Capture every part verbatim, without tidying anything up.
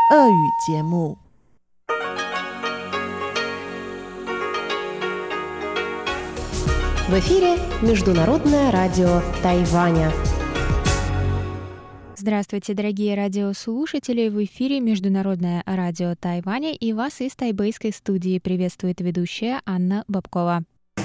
俄语节目。 В эфире Международное радио Тайваня. Здравствуйте, дорогие радиослушатели! В эфире Международное радио Тайваня, и вас из тайбэйской студии приветствует ведущая Анна Бабкова.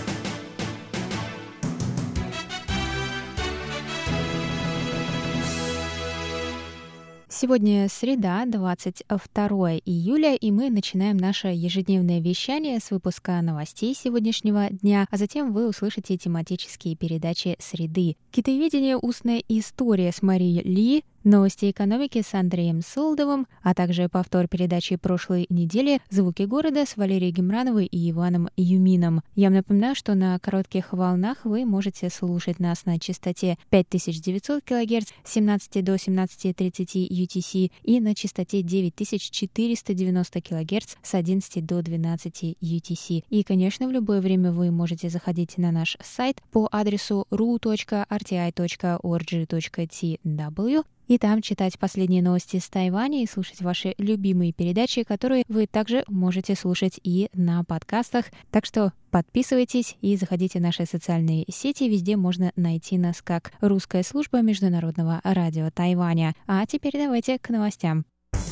Сегодня среда, двадцать второе июля, и мы начинаем наше ежедневное вещание с выпуска новостей сегодняшнего дня, а затем вы услышите тематические передачи «Среды». Китаеведение «Устная история» с Марией Ли, новости экономики с Андреем Солдовым, а также повтор передачи прошлой недели «Звуки города» с Валерией Гемрановой и Иваном Юмином. Я вам напоминаю, что на коротких волнах вы можете слушать нас на частоте пять тысяч девятьсот килогерц с семнадцати до семнадцати тридцати ю ти си и на частоте девять тысяч четыреста девяносто килогерц с одиннадцати до двенадцати ю ти си. И, конечно, в любое время вы можете заходить на наш сайт по адресу ru точка эр ти ай точка орг точка ти дабл ю и там читать последние новости с Тайваня и слушать ваши любимые передачи, которые вы также можете слушать и на подкастах. Так что подписывайтесь и заходите в наши социальные сети. Везде можно найти нас как «Русская служба Международного радио Тайваня». А теперь давайте к новостям.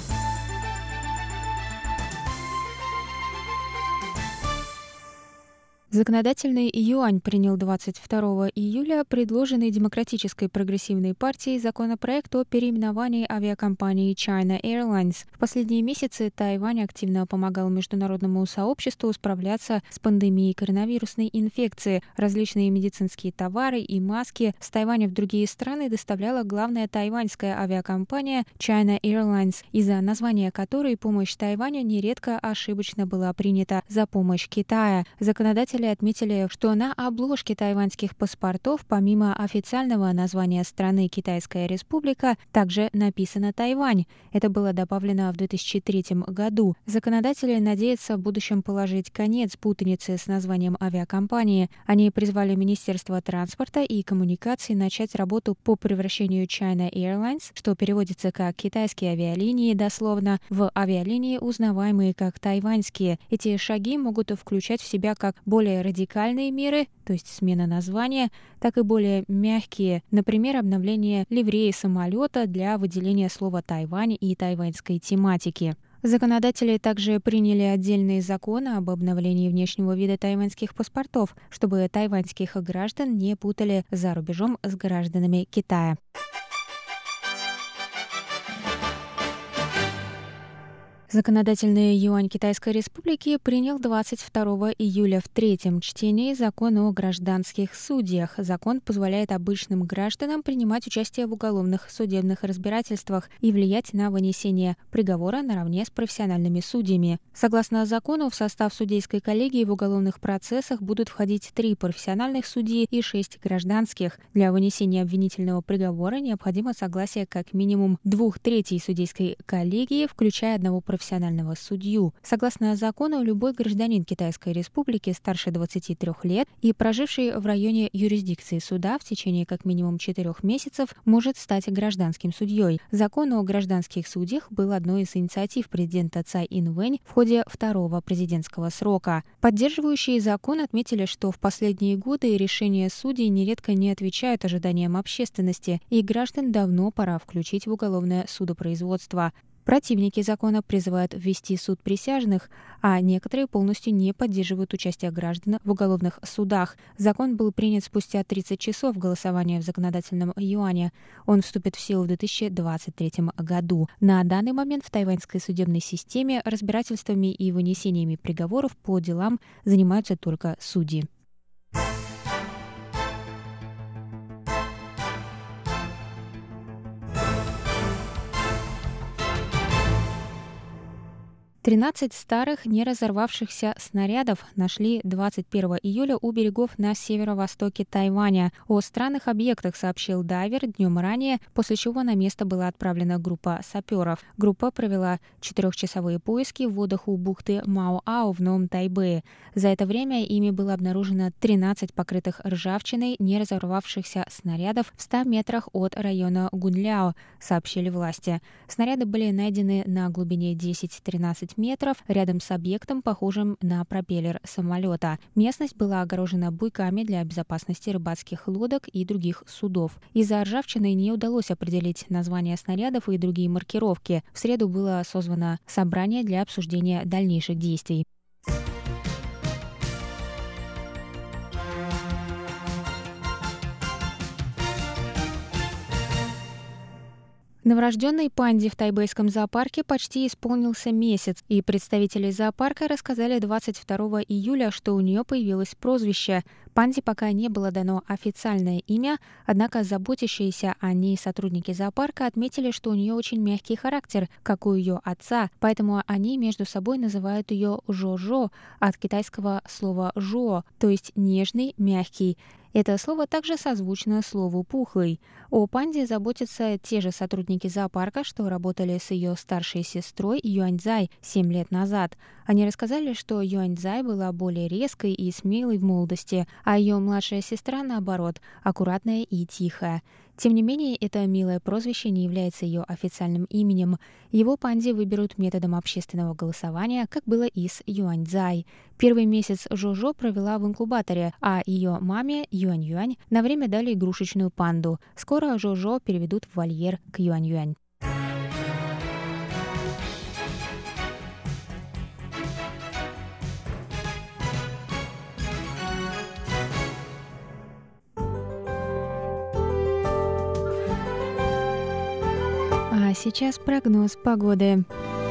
Законодательный юань принял двадцать второго июля предложенный Демократической прогрессивной партией законопроект о переименовании авиакомпании China Airlines. В последние месяцы Тайвань активно помогал международному сообществу справляться с пандемией коронавирусной инфекции. Различные медицинские товары и маски с Тайваня в другие страны доставляла главная тайваньская авиакомпания China Airlines, из-за названия которой помощь Тайваню нередко ошибочно была принята за помощь Китая. Законодатели отметили, что на обложке тайваньских паспортов, помимо официального названия страны Китайская Республика, также написано «Тайвань». Это было добавлено в две тысячи третьем году. Законодатели надеются в будущем положить конец путанице с названием авиакомпании. Они призвали Министерство транспорта и коммуникаций начать работу по превращению China Airlines, что переводится как «китайские авиалинии», дословно, в авиалинии, узнаваемые как тайваньские. Эти шаги могут включать в себя как более радикальные меры, то есть смена названия, так и более мягкие, например, обновление ливреи самолета для выделения слова «Тайвань» и тайваньской тематики. Законодатели также приняли отдельные законы об обновлении внешнего вида тайваньских паспортов, чтобы тайваньских граждан не путали за рубежом с гражданами Китая. Законодательный юань Китайской Республики принял двадцать второго июля в третьем чтении закон о гражданских судьях. Закон позволяет обычным гражданам принимать участие в уголовных судебных разбирательствах и влиять на вынесение приговора наравне с профессиональными судьями. Согласно закону, в состав судейской коллегии в уголовных процессах будут входить три профессиональных судьи и шесть гражданских. Для вынесения обвинительного приговора необходимо согласие как минимум двух третей судейской коллегии, включая одного профессионального профессионального судью. Согласно закону, любой гражданин Китайской Республики старше двадцати трёх лет и проживший в районе юрисдикции суда в течение как минимум четырех месяцев может стать гражданским судьей. Закон о гражданских судьях был одной из инициатив президента Цай Ин-вэнь в ходе второго президентского срока. Поддерживающие закон отметили, что в последние годы решения судей нередко не отвечают ожиданиям общественности, и граждан давно пора включить в уголовное судопроизводство. Противники закона призывают ввести суд присяжных, а некоторые полностью не поддерживают участие граждан в уголовных судах. Закон был принят спустя тридцать часов голосования в законодательном юане. Он вступит в силу в две тысячи двадцать третьем году. На данный момент в тайваньской судебной системе разбирательствами и вынесениями приговоров по делам занимаются только судьи. тринадцать старых не разорвавшихся снарядов нашли двадцать первого июля у берегов на северо-востоке Тайваня. О странных объектах сообщил дайвер днем ранее, после чего на место была отправлена группа саперов. Группа провела четырехчасовые поиски в водах у бухты Мао-Ау в Новом Тайбэе. За это время ими было обнаружено тринадцать покрытых ржавчиной не разорвавшихся снарядов в ста метрах от района Гунляо, сообщили власти. Снаряды были найдены на глубине десять-тринадцать метров рядом с объектом, похожим на пропеллер самолета. Местность была огорожена буйками для безопасности рыбацких лодок и других судов. Из-за ржавчины не удалось определить названия снарядов и другие маркировки. В среду было созвано собрание для обсуждения дальнейших действий. Новорожденной панде в тайбэйском зоопарке почти исполнился месяц, и представители зоопарка рассказали двадцать второго июля, что у нее появилось прозвище. Панде пока не было дано официальное имя, однако заботящиеся о ней сотрудники зоопарка отметили, что у нее очень мягкий характер, как у ее отца, поэтому они между собой называют ее Жо-Жо от китайского слова «жо», то есть нежный, мягкий. Это слово также созвучно слову «пухлый». О панде заботятся те же сотрудники зоопарка, что работали с ее старшей сестрой Юаньцзай семь лет назад. Они рассказали, что Юаньцзай была более резкой и смелой в молодости, а ее младшая сестра, наоборот, аккуратная и тихая. Тем не менее, это милое прозвище не является ее официальным именем. Его панде выберут методом общественного голосования, как было и с Юаньцзай. Первый месяц Жо-Жо провела в инкубаторе, а ее маме, Юань-Юань, на время дали игрушечную панду. Скоро Жо-Жо переведут в вольер к Юань-Юань. А сейчас прогноз погоды.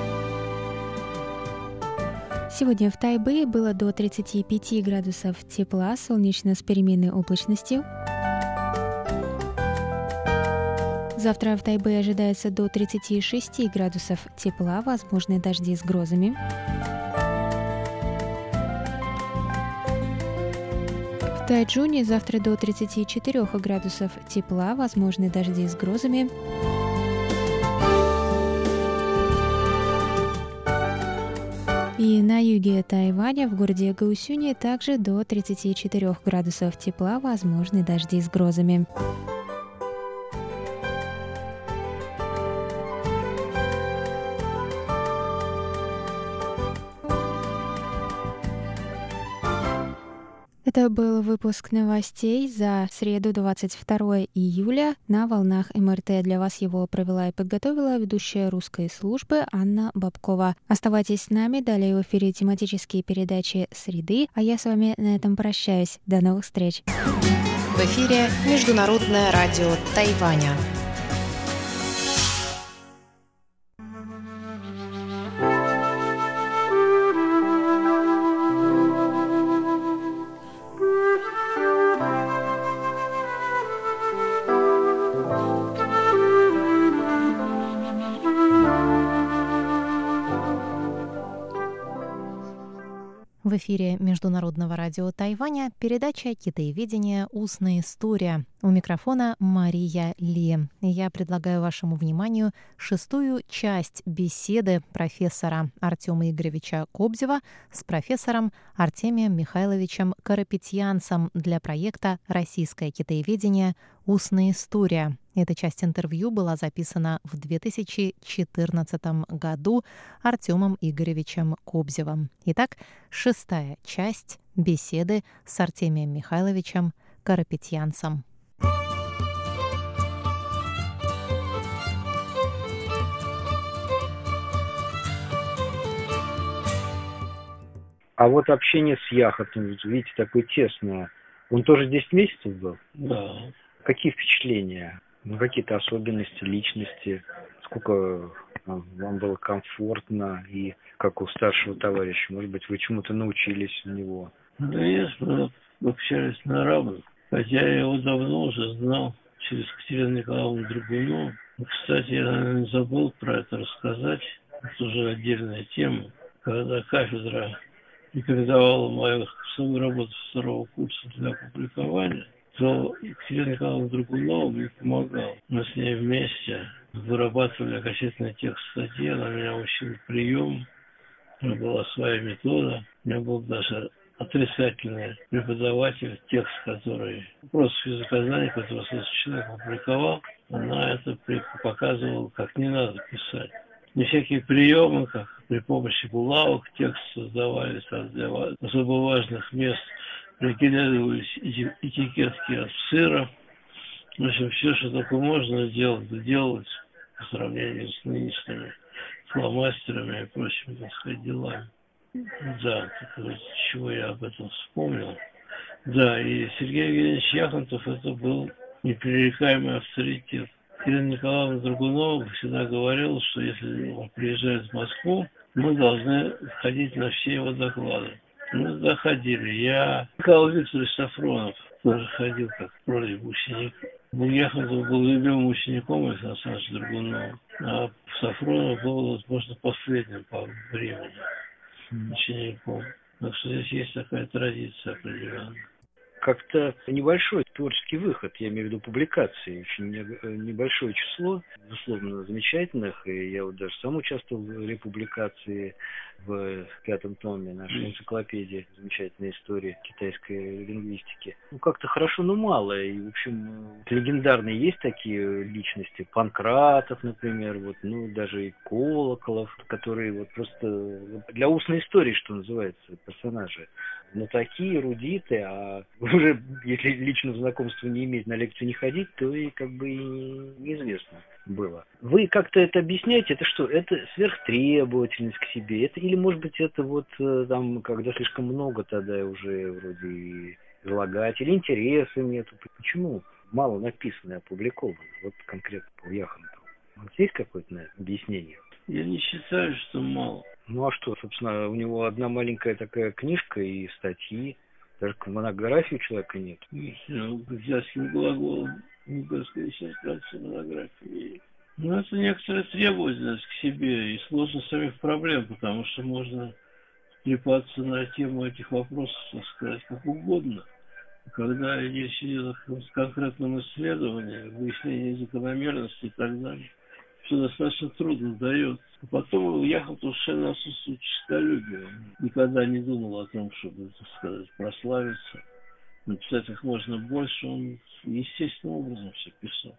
Сегодня в Тайбэе было до тридцати пяти градусов тепла, солнечно с переменной облачностью. Завтра в Тайбэе ожидается до тридцати шести градусов тепла, возможны дожди с грозами. В Тайчжуне завтра до тридцати четырёх градусов тепла, возможны дожди с грозами. И на юге Тайваня, в городе Гаосюне, также до тридцати четырёх градусов тепла, возможны дожди с грозами. Это был выпуск новостей за среду двадцать второго июля. На волнах эм эр тэ для вас его провела и подготовила ведущая русской службы Анна Бабкова. Оставайтесь с нами, далее в эфире тематические передачи «Среды», а я с вами на этом прощаюсь. До новых встреч! В эфире Международное радио Тайваня. В эфире Международного радио Тайваня передача «Китаеведение. Устная история». У микрофона Мария Ли. Я предлагаю вашему вниманию шестую часть беседы профессора Артема Игоревича Кобзева с профессором Артемием Михайловичем Карапетьянцем для проекта «Российское китаеведение. Устная история». Эта часть интервью была записана в две тысячи четырнадцатом году Артемом Игоревичем Кобзевым. Итак, шестая часть беседы с Артемием Михайловичем Карапетьянцем. А вот общение с Яхотом, видите, такое тесное. Он тоже десять месяцев был? Да. Какие впечатления? Ну, какие-то особенности личности? Сколько вам было комфортно? И как у старшего товарища, может быть, вы чему-то научились у него? Да, я общались на равных. Хотя я его давно уже знал через Катерину Николаевну Драгунову. Кстати, я, наверное, забыл про это рассказать. Это уже отдельная тема. когда кафедра рекомендовала мою свою работу второго курса для публикования, то Екатерина Николаевна Драгунова мне помогала. Мы с ней вместе вырабатывали окончательный текст статьи, она меня учила прием, у меня была своя метода, у меня был даже отрицательный преподаватель, текст, который, просто языкознание, который человек опубликовал, она это показывала, как не надо писать. Не всякие приемы, как при помощи булавок текст создавались, а для особо важных мест прикидывались этикетки от сыра. В общем, все, что только можно делать, делать по сравнению с нынешними фломастерами и прочими, так сказать, делами. Да, так вот, чего я об этом вспомнил. Да, и Сергей Евгеньевич Яхонтов это был непререкаемый авторитет. Екатерина Николаевна Драгунова всегда говорила, что если он приезжает в Москву, мы должны ходить на все его доклады. Мы туда ходили. Я, Николай Викторович Сафронов, тоже ходил как вроде бы ученик. Яхонтов был любимым учеником Александра Драгунова, а Сафронов был, возможно, последним по времени учеником. Так что здесь есть такая традиция определенная. Как-то небольшой творческий выход, я имею в виду публикации, очень небольшое число, безусловно, замечательных, и я вот даже сам участвовал в републикации в пятом томе нашей энциклопедии замечательной истории китайской лингвистики. Ну, как-то хорошо, но мало, и, в общем, легендарные есть такие личности, Панкратов, например, вот, ну, даже и Колоколов, которые вот просто для устной истории, что называется, персонажи. Но такие эрудиты, а уже если личного знакомства не иметь, на лекцию не ходить, то и как бы и неизвестно было. Вы как-то это объясняете? Это что? Это сверхтребовательность к себе? Это, или, может быть, это вот там, когда слишком много тогда уже вроде и излагать, или интереса нету? Почему мало написано и опубликовано? Вот конкретно по Яхонтову. Вот есть какое-то наверное, объяснение? Я не считаю, что мало. Ну а что, собственно, у него одна маленькая такая книжка и статьи, даже монографии у человека нет. Ну, взятским глаголом, не говорю, сейчас монографии. Ну, это некоторая требовательность к себе и сложность самих проблем, потому что можно трепаться на тему этих вопросов, так сказать, как угодно. Когда речь идет о конкретном исследовании, выяснении закономерности и так далее, все достаточно трудно дается. Потом у Яхонтова совершенно отсутствует честолюбие. Никогда не думал о том, чтобы, так сказать, прославиться. Написать как можно больше. Он естественным образом все писал.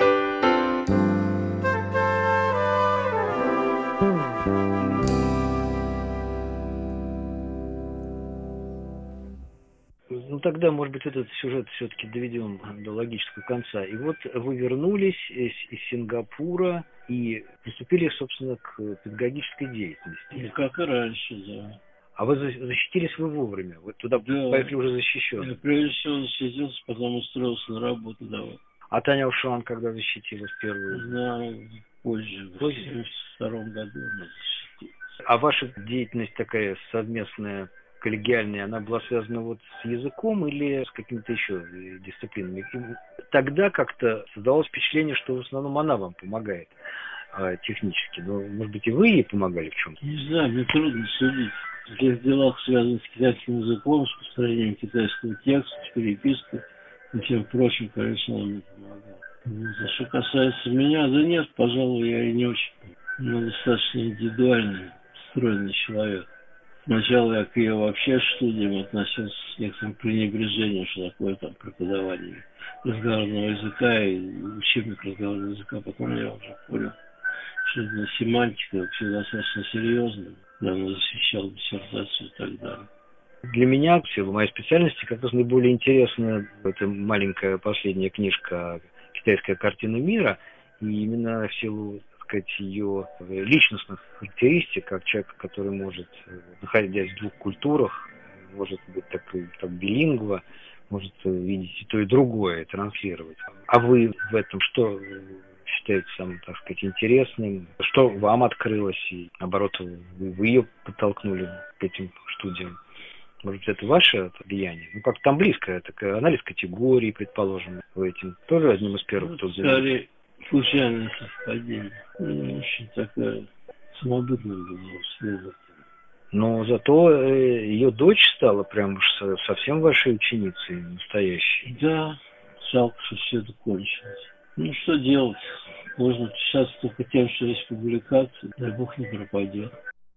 Ну, тогда, может быть, этот сюжет все-таки доведем до логического конца. И вот вы вернулись из, из Сингапура и приступили, собственно, к педагогической деятельности. Ну, как и раньше, да. А вы защитились вы вовремя? Вы туда да. Поехали уже защищенным? Я прежде всего защитился, потом устроился на работу давай. А Таня Ушан когда защитилась первую? Да, позже, в семьдесят втором году она защитилась. А ваша деятельность такая совместная, коллегиальная, она была связана вот с языком или с какими-то еще дисциплинами? Тогда как-то создалось впечатление, что в основном она вам помогает а, технически. Но, может быть, и вы ей помогали в чем-то? Не знаю, мне трудно судить. В тех делах, связанных с китайским языком, с построением китайского текста, с перепиской и всем прочим, конечно, он мне помогал. А что касается меня, да нет, пожалуй, я и не очень. Но достаточно индивидуальный, стройный человек. Сначала я к ее вообще студиям относился с некоторым пренебрежением, что такое там преподавание разговорного языка и учебник разговорного языка. Потом я уже понял, что это семантика вообще достаточно серьезная. Давно защищал диссертацию и так далее. Для меня, в силу моей специальности, как раз наиболее интересна эта маленькая последняя книжка «Китайская картина мира». И именно в силу, так сказать, ее личностных характеристик, как человек, который может, находясь в двух культурах, может быть такой так, билингва, может видеть и то, и другое, транслировать. А вы в этом что считаете самым, так сказать, интересным? Что вам открылось, и наоборот, вы, вы ее подтолкнули к этим студиям? Может, это ваше влияние? Ну, как там близко, это анализ категорий, предположим, вы этим тоже одним из первых, кто занимается? Скорее, случайное совпадение. Ну, очень такая самобытная была следователь. Но зато э, ее дочь стала прям уж со- совсем вашей ученицей настоящей. Да, жалко, что все это кончилось. Ну, что делать? Можно сейчас только тем, что есть публикации, дай бог не пропадет.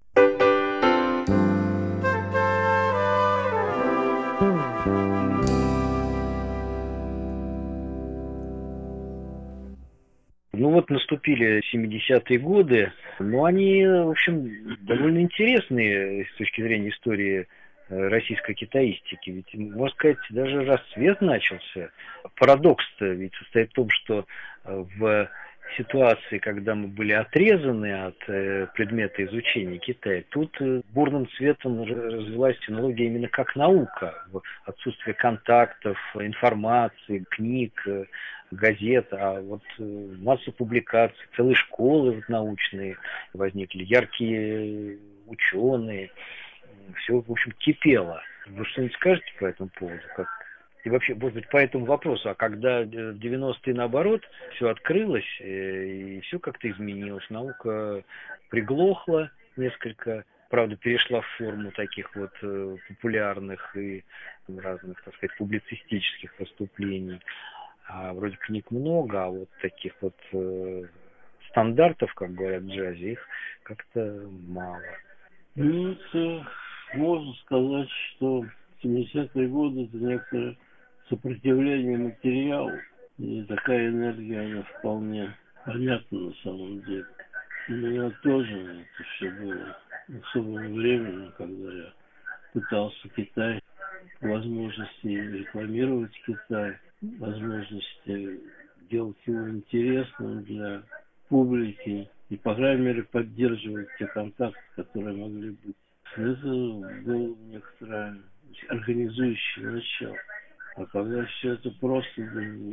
Ну вот наступили семидесятые годы, но они, в общем, довольно интересные с точки зрения истории э, российской китаистики. Ведь, можно сказать, даже расцвет начался. Парадокс-то ведь состоит в том, что э, в ситуации, когда мы были отрезаны от э, предмета изучения Китая, тут э, бурным цветом р- развилась технология именно как наука. В отсутствие контактов, информации, книг, э, газет, а вот э, масса публикаций, целые школы вот научные возникли, яркие ученые, все, в общем, кипело. Вы что-нибудь скажете по этому поводу? Как? И вообще, может быть, по этому вопросу, а когда в девяностые, наоборот, все открылось, э, и все как-то изменилось, наука приглохла несколько, правда, перешла в форму таких вот э, популярных и разных, так сказать, публицистических выступлений. А вроде книг много, а вот таких вот э, стандартов, как говорят в джазе, их как-то мало. Ну, это, можно сказать, что семидесятые годы это некоторое сопротивление материалу. И такая энергия, она вполне понятна на самом деле. У меня тоже это все было особым временем, когда я пытался Китай, возможности рекламировать Китай, возможности делать его интересным для публики и, по крайней мере, поддерживать те контакты, которые могли быть. Это было некоторое организующее начало. А когда все это просто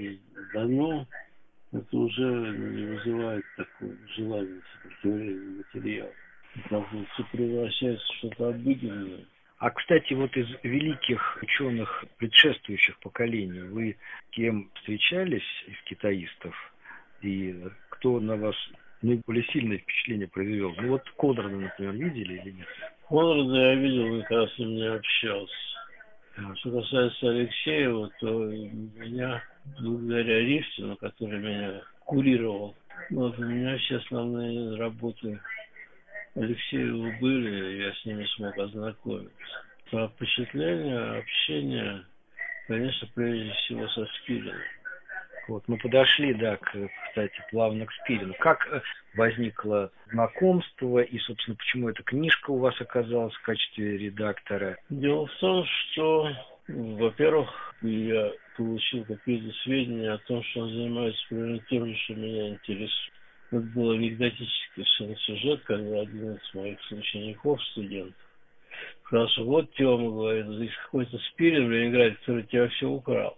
дано, это уже не вызывает такого желания сопротивления материала. Как бы все превращается в что-то обыденное. А, кстати, вот из великих ученых предшествующих поколений вы кем встречались из китаистов? И кто на вас наиболее сильное впечатление произвел? Ну вот Конрада, например, видели или нет? Конрада я видел, он как раз с ним не общался. Что касается Алексеева, то меня, благодаря Рифтину, который меня курировал, вот у меня все основные работы Алексеева были, я с ними смог ознакомиться. По впечатлению, общение, конечно, прежде всего со Спириным. Вот мы подошли, да, к, кстати, плавно к Спирину. Как возникло знакомство и, собственно, почему эта книжка у вас оказалась в качестве редактора? Дело в том, что, во-первых, я получил какие-то сведения о том, что он занимается примерно тем же, что меня интересует. Это был анекдотический сюжет, когда один из моих учеников, студентов, сказал, что вот Тёма, говорит, здесь какой-то Спирин в Ленинграде, который тебя все украл.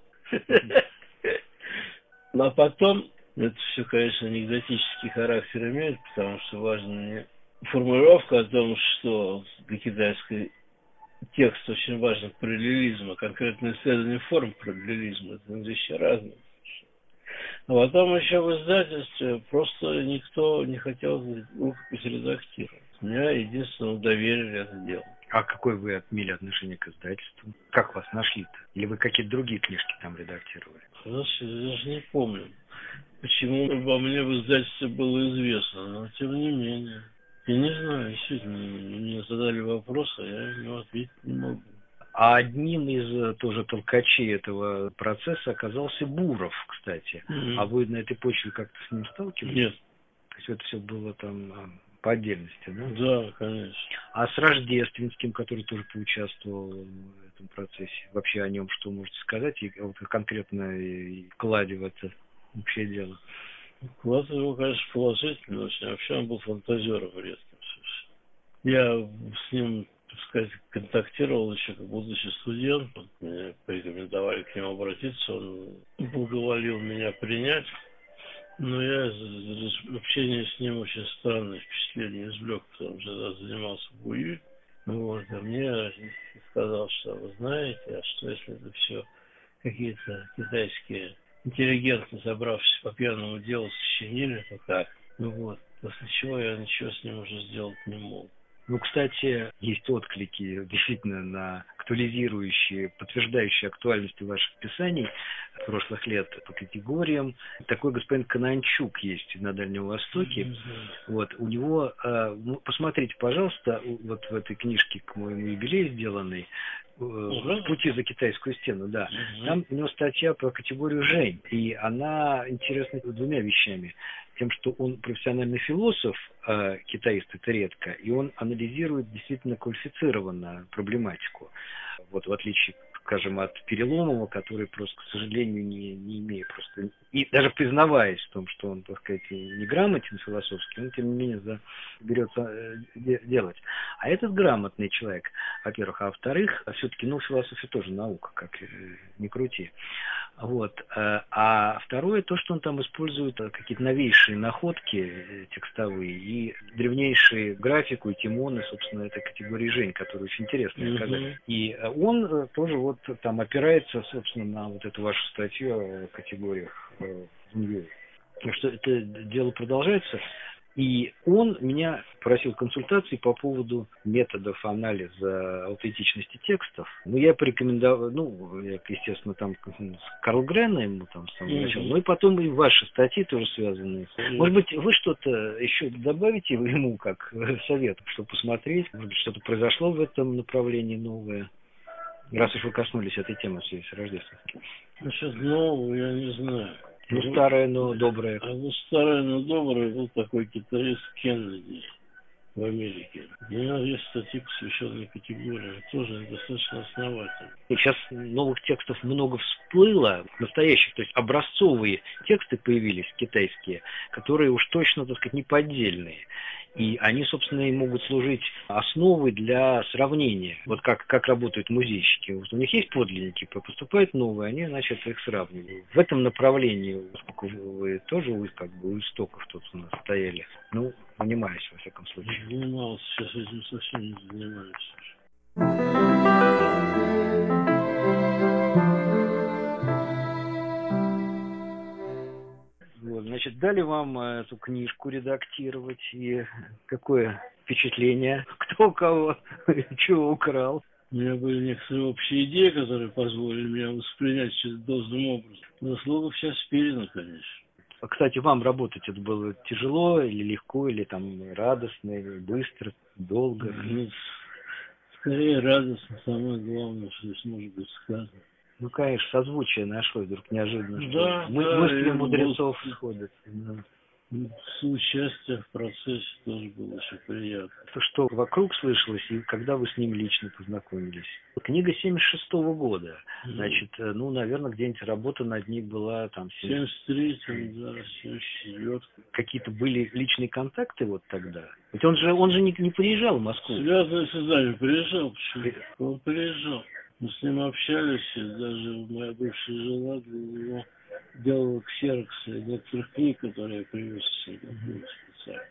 Ну, а потом, это все, конечно, анекдотический характер имеет, потому что важна не формулировка о том, что для китайской текст очень важен параллелизм, а конкретное исследование форм параллелизма, это вещи разные. А потом еще в издательстве просто никто не хотел рукопись редактировать. Меня единственно доверили это дело. А какое вы отмели отношение к издательству? Как вас нашли-то? Или вы какие-то другие книжки там редактировали? Знаешь, я даже не помню, почему обо мне в издательстве было известно, но тем не менее. Я не знаю, действительно, мне задали вопрос, а я ему ответить не могу. А одним из тоже толкачей этого процесса оказался Буров, кстати. Mm-hmm. А вы на этой почве как-то с ним сталкивались? Нет. То есть это все было там по отдельности, да? Да, конечно. А с Рождественским, который тоже поучаствовал в этом процессе, вообще о нем что можете сказать? И вот конкретно и вкладе в это общее дело. Вклад его, конечно, положительный очень. Вообще он был фантазером редким. Я с ним, так сказать, контактировал еще, как будучи студентом. Мне порекомендовали к нему обратиться. Он благоволил меня принять. Но я из общения с ним очень странное впечатление извлек, потому что я занимался в БУИ. Вот, а мне сказал, что вы знаете, а что если это все какие-то китайские интеллигентно забравшись по пьяному делу, сочинили, то как? Ну вот, после чего я ничего с ним уже сделать не мог. Ну, кстати, есть отклики действительно на актуализирующие, подтверждающие актуальность ваших писаний прошлых лет по категориям. Такой господин Кананчук есть на Дальнем Востоке. Mm-hmm. Вот, у него, посмотрите, пожалуйста, вот в этой книжке к моему юбилею сделанной, в «Пути за китайскую стену», да. Угу. Там у него статья про категорию «Жень», и она интересна двумя вещами. Тем, что он профессиональный философ, э, китаист это редко, и он анализирует действительно квалифицированно проблематику. Вот в отличие, скажем, от Переломова, который просто, к сожалению, не, не имеет просто... И даже признаваясь в том, что он, так сказать, неграмотен философски, он, тем не менее, за, берется э, де, делать. А этот грамотный человек, во-первых. А во-вторых, все-таки, ну, философия тоже наука, как э, ни крути. Вот. А второе, то, что он там использует какие-то новейшие находки текстовые и древнейшие графику и тимоны, собственно, этой категории «Жень», которые очень интересные оказались. Mm-hmm. И он тоже вот там опирается, собственно, на вот эту вашу статью о категориях Зуньюй. Так что это дело продолжается. И он меня просил консультации по поводу методов анализа аутентичности текстов. Ну, я порекомендовал, ну, я, естественно, там с Карл Грена ему там с самого начала, ну и потом и ваши статьи тоже связаны. Mm-hmm. Может быть, вы что-то еще добавите ему как совет, чтобы посмотреть, может быть, что-то произошло в этом направлении новое, раз уж вы коснулись этой темы в связи с рождественским. Насчет нового я не знаю. Ну, старое, но доброе. А ну, старое, но доброе был такой китаист Кеннеди в Америке. У него есть статьи, посвященные категориям, тоже достаточно основательно. Сейчас новых текстов много всплыло, настоящих, то есть образцовые тексты появились китайские, которые уж точно, так сказать, не поддельные. И они, собственно, и могут служить основой для сравнения. Вот как, как работают музейщики. Вот у них есть подлинники, поступают новые, они, значит, их сравнивают. В этом направлении, поскольку вы тоже как бы у истоков тут у нас стояли, ну, занимаюсь, во всяком случае. Занимался, сейчас этим совсем не занимаюсь. Значит, дали вам эту книжку редактировать, и какое впечатление, кто у кого, чего украл? У меня были некоторые общие идеи, которые позволили меня воспринять все должным образом. Заслуга вся спилена, конечно. А, кстати, вам работать это было тяжело или легко, или там радостно, или быстро, долго? Ну, скорее радостно, самое главное, что здесь может быть сказано. Ну, конечно, созвучие нашлось вдруг неожиданно, да, что мы, да, мысли мудрецов вот сходятся. Да. Соучастие в процессе тоже было очень приятно. Что вокруг слышалось, и когда вы с ним лично познакомились? Книга семьдесят шестого года. Mm-hmm. Значит, ну, наверное, где-нибудь работа над ней была там... семьдесят третьем, да, семьдесят четвёртом. Какие-то были личные контакты вот тогда? Ведь он же, он же не, не приезжал в Москву. Связанный с издателем приезжал, почему? При... Он приезжал. Мы с ним общались, и даже моя бывшая жена для него делала ксероксы некоторых книг, которые я привез сюда специально.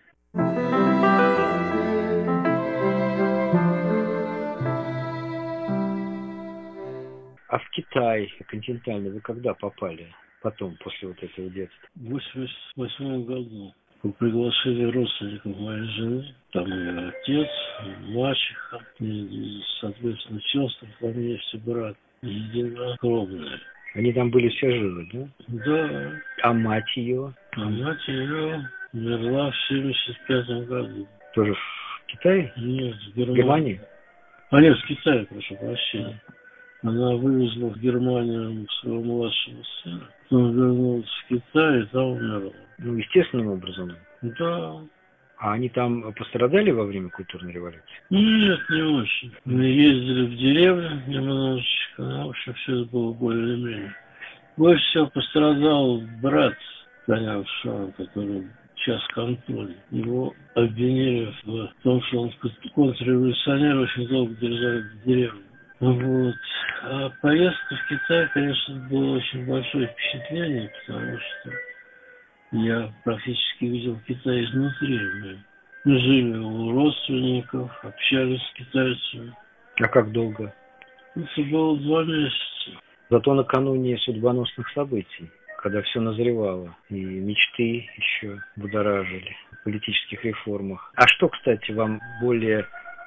А в Китай континентальный вы когда попали? Потом, после вот этого детства? В восемьдесят восьмом году. По приглашению родственников моей жены, там ее отец, мачеха, и, соответственно, сестры, по мне все брат, единокровные. Они там были все живы, да? Да. А мать ее? А мать ее умерла в семьдесят пятом году. Тоже в Китае? Нет, в Германии. Германии? А нет, в Китае, прошу прощения. Она вывезла в Германию своего младшего сына. Он вернулся в Китай и там умерла. Ну, естественным образом? Да. А они там пострадали во время культурной революции? Нет, не очень. Мы ездили в деревню немножечко, но, в общем, все это было более или менее. Больше всего пострадал брат Конян Шан, который сейчас в контроле. Его обвинили в том, что он контрреволюционер, очень долго держали в деревне. Вот. А поездка в Китай, конечно, было очень большое впечатление, потому что я практически видел Китай изнутри. Мы жили у родственников, общались с китайцами. А как долго? Это было два месяца. Зато накануне судьбоносных событий, когда все назревало, и мечты еще будоражили в политических реформах. А что, кстати, вам более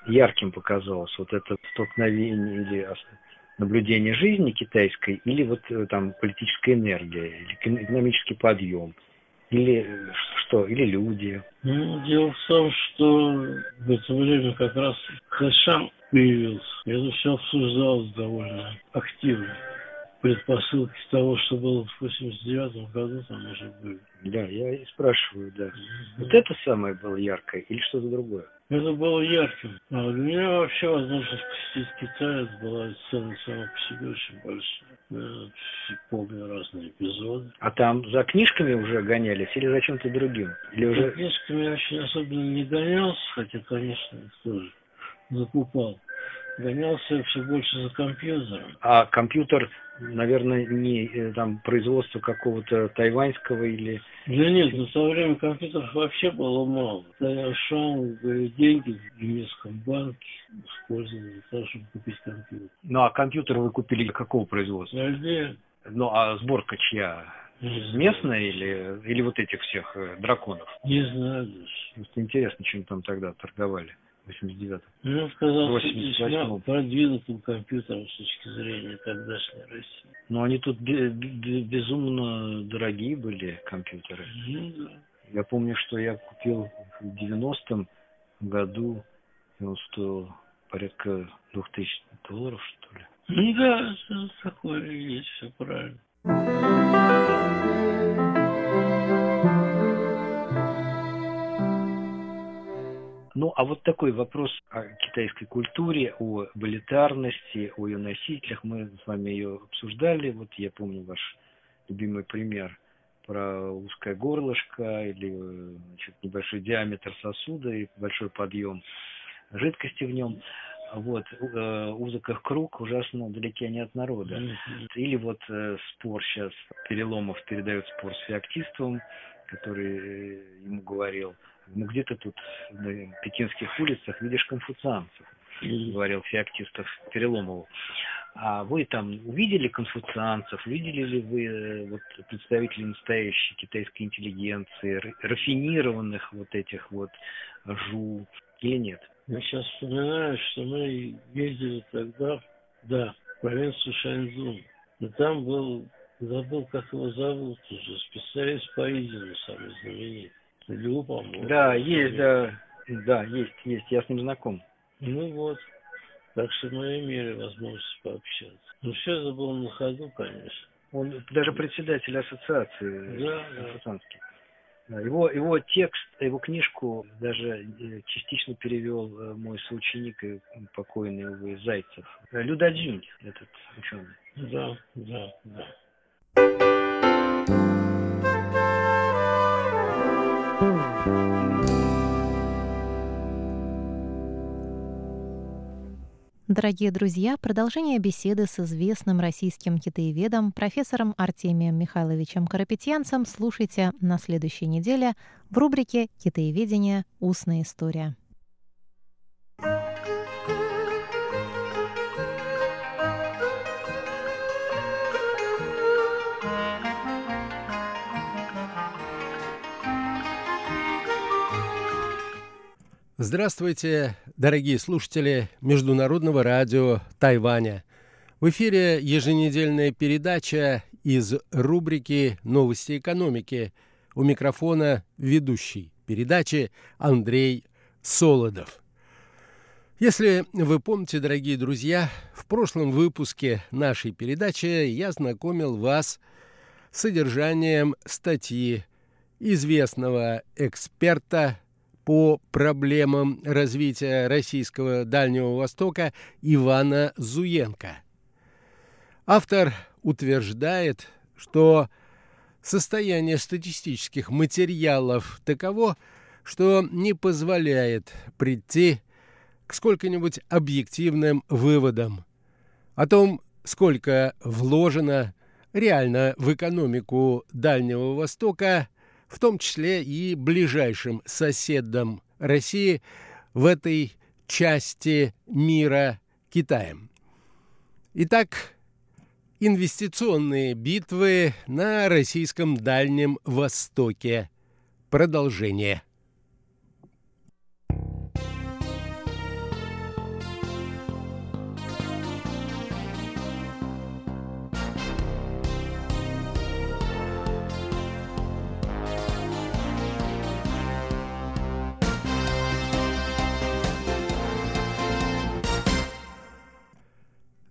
ярким показалось? Вот это столкновение или наблюдение жизни китайской, или вот там политическая энергия, или экономический подъем, или что, или люди? Ну, дело в том, что в это время как раз Хэшан появился. Это все обсуждалось довольно активно. Предпосылки того, что было в восемьдесят девятом году, там уже были. Да, я и спрашиваю, да. Mm-hmm. Вот это самое было яркое или что-то другое? Это было ярким. А для меня вообще возможность посетить Китай была цена сама по себе очень большая. Я помню разные эпизоды. А там за книжками уже гонялись или за чем-то другим? Или уже... За книжками я очень особенно не гонялся, хотя, конечно, тоже закупал. Гонялся все больше за компьютером. А компьютер, наверное, не там производство какого-то тайваньского или... Да нет, на то время компьютеров вообще было мало. Тайвань были деньги в немецком банке, использовали для того, чтобы купить компьютер. Ну а компьютер вы купили какого производства? Везде. Ну а сборка чья? Местная или, или вот этих всех э, драконов? Не знаю даже. Просто интересно, чем там тогда торговали. В восемьдесят девятом. Ну, казалось, весьма продвинутым компьютером с точки зрения тогдашней России. Но они тут безумно дорогие были, компьютеры. Ну, да. Я помню, что я купил в девяностом году, и он стоил порядка двух тысяч долларов, что ли. Ну да, такое есть, все правильно. Ну, а вот такой вопрос о китайской культуре, о элитарности, о ее носителях. Мы с вами ее обсуждали. Вот я помню ваш любимый пример про узкое горлышко или, значит, небольшой диаметр сосуда и большой подъем жидкости в нем. Вот, узок их круг, ужасно далеки они от народа. Mm-hmm. Или вот э, спор сейчас, Переломов передает спор с Феоктистовым, который ему говорил: ну где ты тут на пекинских улицах видишь конфуцианцев, mm-hmm. говорил Феоктистов Переломову. А вы там увидели конфуцианцев, видели ли вы вот представителей настоящей китайской интеллигенции, рафинированных вот этих вот жу, или нет? Я сейчас вспоминаю, что мы ездили тогда, да, в провинцию Шаньцзун. И там был, забыл, как его зовут уже, специалист по Изину, самый знаменитый. Лю, по-моему. Да, есть, да, да, есть, есть, я с ним знаком. Ну вот, так что мы имели возможность пообщаться. Ну все это было на ходу, конечно. Он даже председатель ассоциации, да, конфуцианский. Да. Его, его текст, его книжку даже частично перевел мой соученик и покойный, увы, Зайцев. Лю Дажинь, этот ученый. Да, да, да. Дорогие друзья, продолжение беседы с известным российским китаеведом, профессором Артемием Михайловичем Карапетянцем слушайте на следующей неделе в рубрике «Китаеведение. Устная история». Здравствуйте, дорогие слушатели Международного радио Тайваня. В эфире еженедельная передача из рубрики «Новости экономики». У микрофона ведущий передачи Андрей Солодов. Если вы помните, дорогие друзья, в прошлом выпуске нашей передачи я знакомил вас с содержанием статьи известного эксперта по проблемам развития российского Дальнего Востока Ивана Зуенко. Автор утверждает, что состояние статистических материалов таково, что не позволяет прийти к сколько-нибудь объективным выводам о том, сколько вложено реально в экономику Дальнего Востока, в том числе и ближайшим соседом России в этой части мира Китаем. Итак, инвестиционные битвы на российском Дальнем Востоке. Продолжение.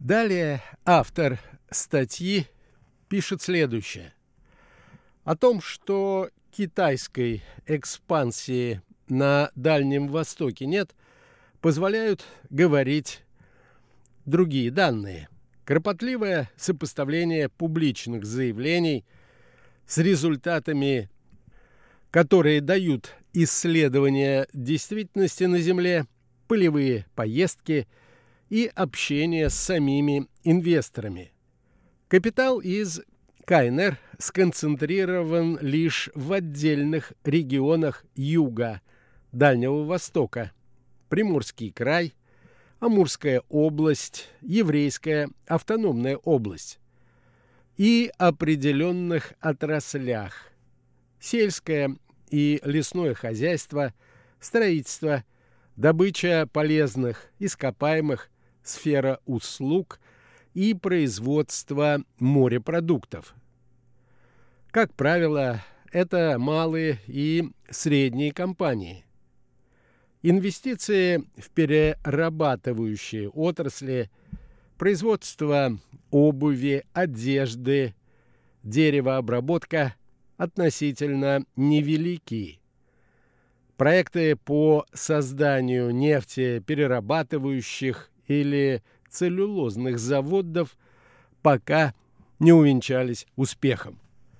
Далее автор статьи пишет следующее. О том, что китайской экспансии на Дальнем Востоке нет, позволяют говорить другие данные. Кропотливое сопоставление публичных заявлений с результатами, которые дают исследования действительности на Земле, полевые поездки и общение с самими инвесторами. Капитал из КНР сконцентрирован лишь в отдельных регионах юга, Дальнего Востока, Приморский край, Амурская область, Еврейская автономная область и определенных отраслях: сельское и лесное хозяйство, строительство, добыча полезных ископаемых, сфера услуг и производство морепродуктов. Как правило, это малые и средние компании. Инвестиции в перерабатывающие отрасли, производство обуви, одежды, деревообработка относительно невелики. Проекты по созданию нефтеперерабатывающих или целлюлозных заводов пока не увенчались успехом.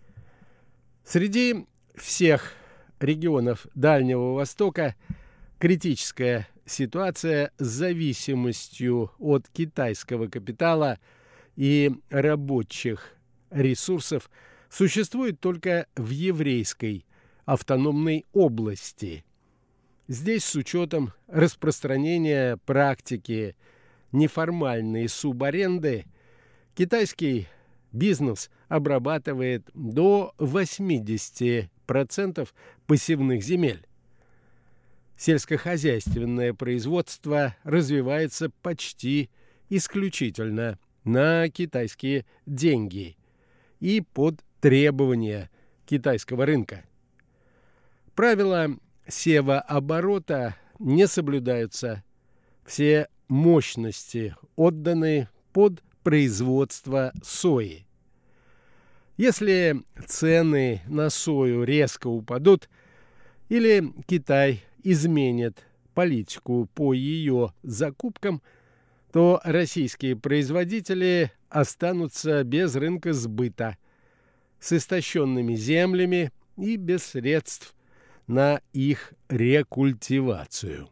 Среди всех регионов Дальнего Востока критическая ситуация с зависимостью от китайского капитала и рабочих ресурсов существует только в Еврейской автономной области. Здесь с учетом распространения практики неформальной субаренды китайский бизнес обрабатывает до восемьдесят процентов посевных земель. Сельскохозяйственное производство развивается почти исключительно на китайские деньги и под требования китайского рынка. Правила севооборота не соблюдаются. Все мощности отданы под производство сои. Если цены на сою резко упадут или Китай изменит политику по ее закупкам, то российские производители останутся без рынка сбыта, с истощенными землями и без средств на их рекультивацию.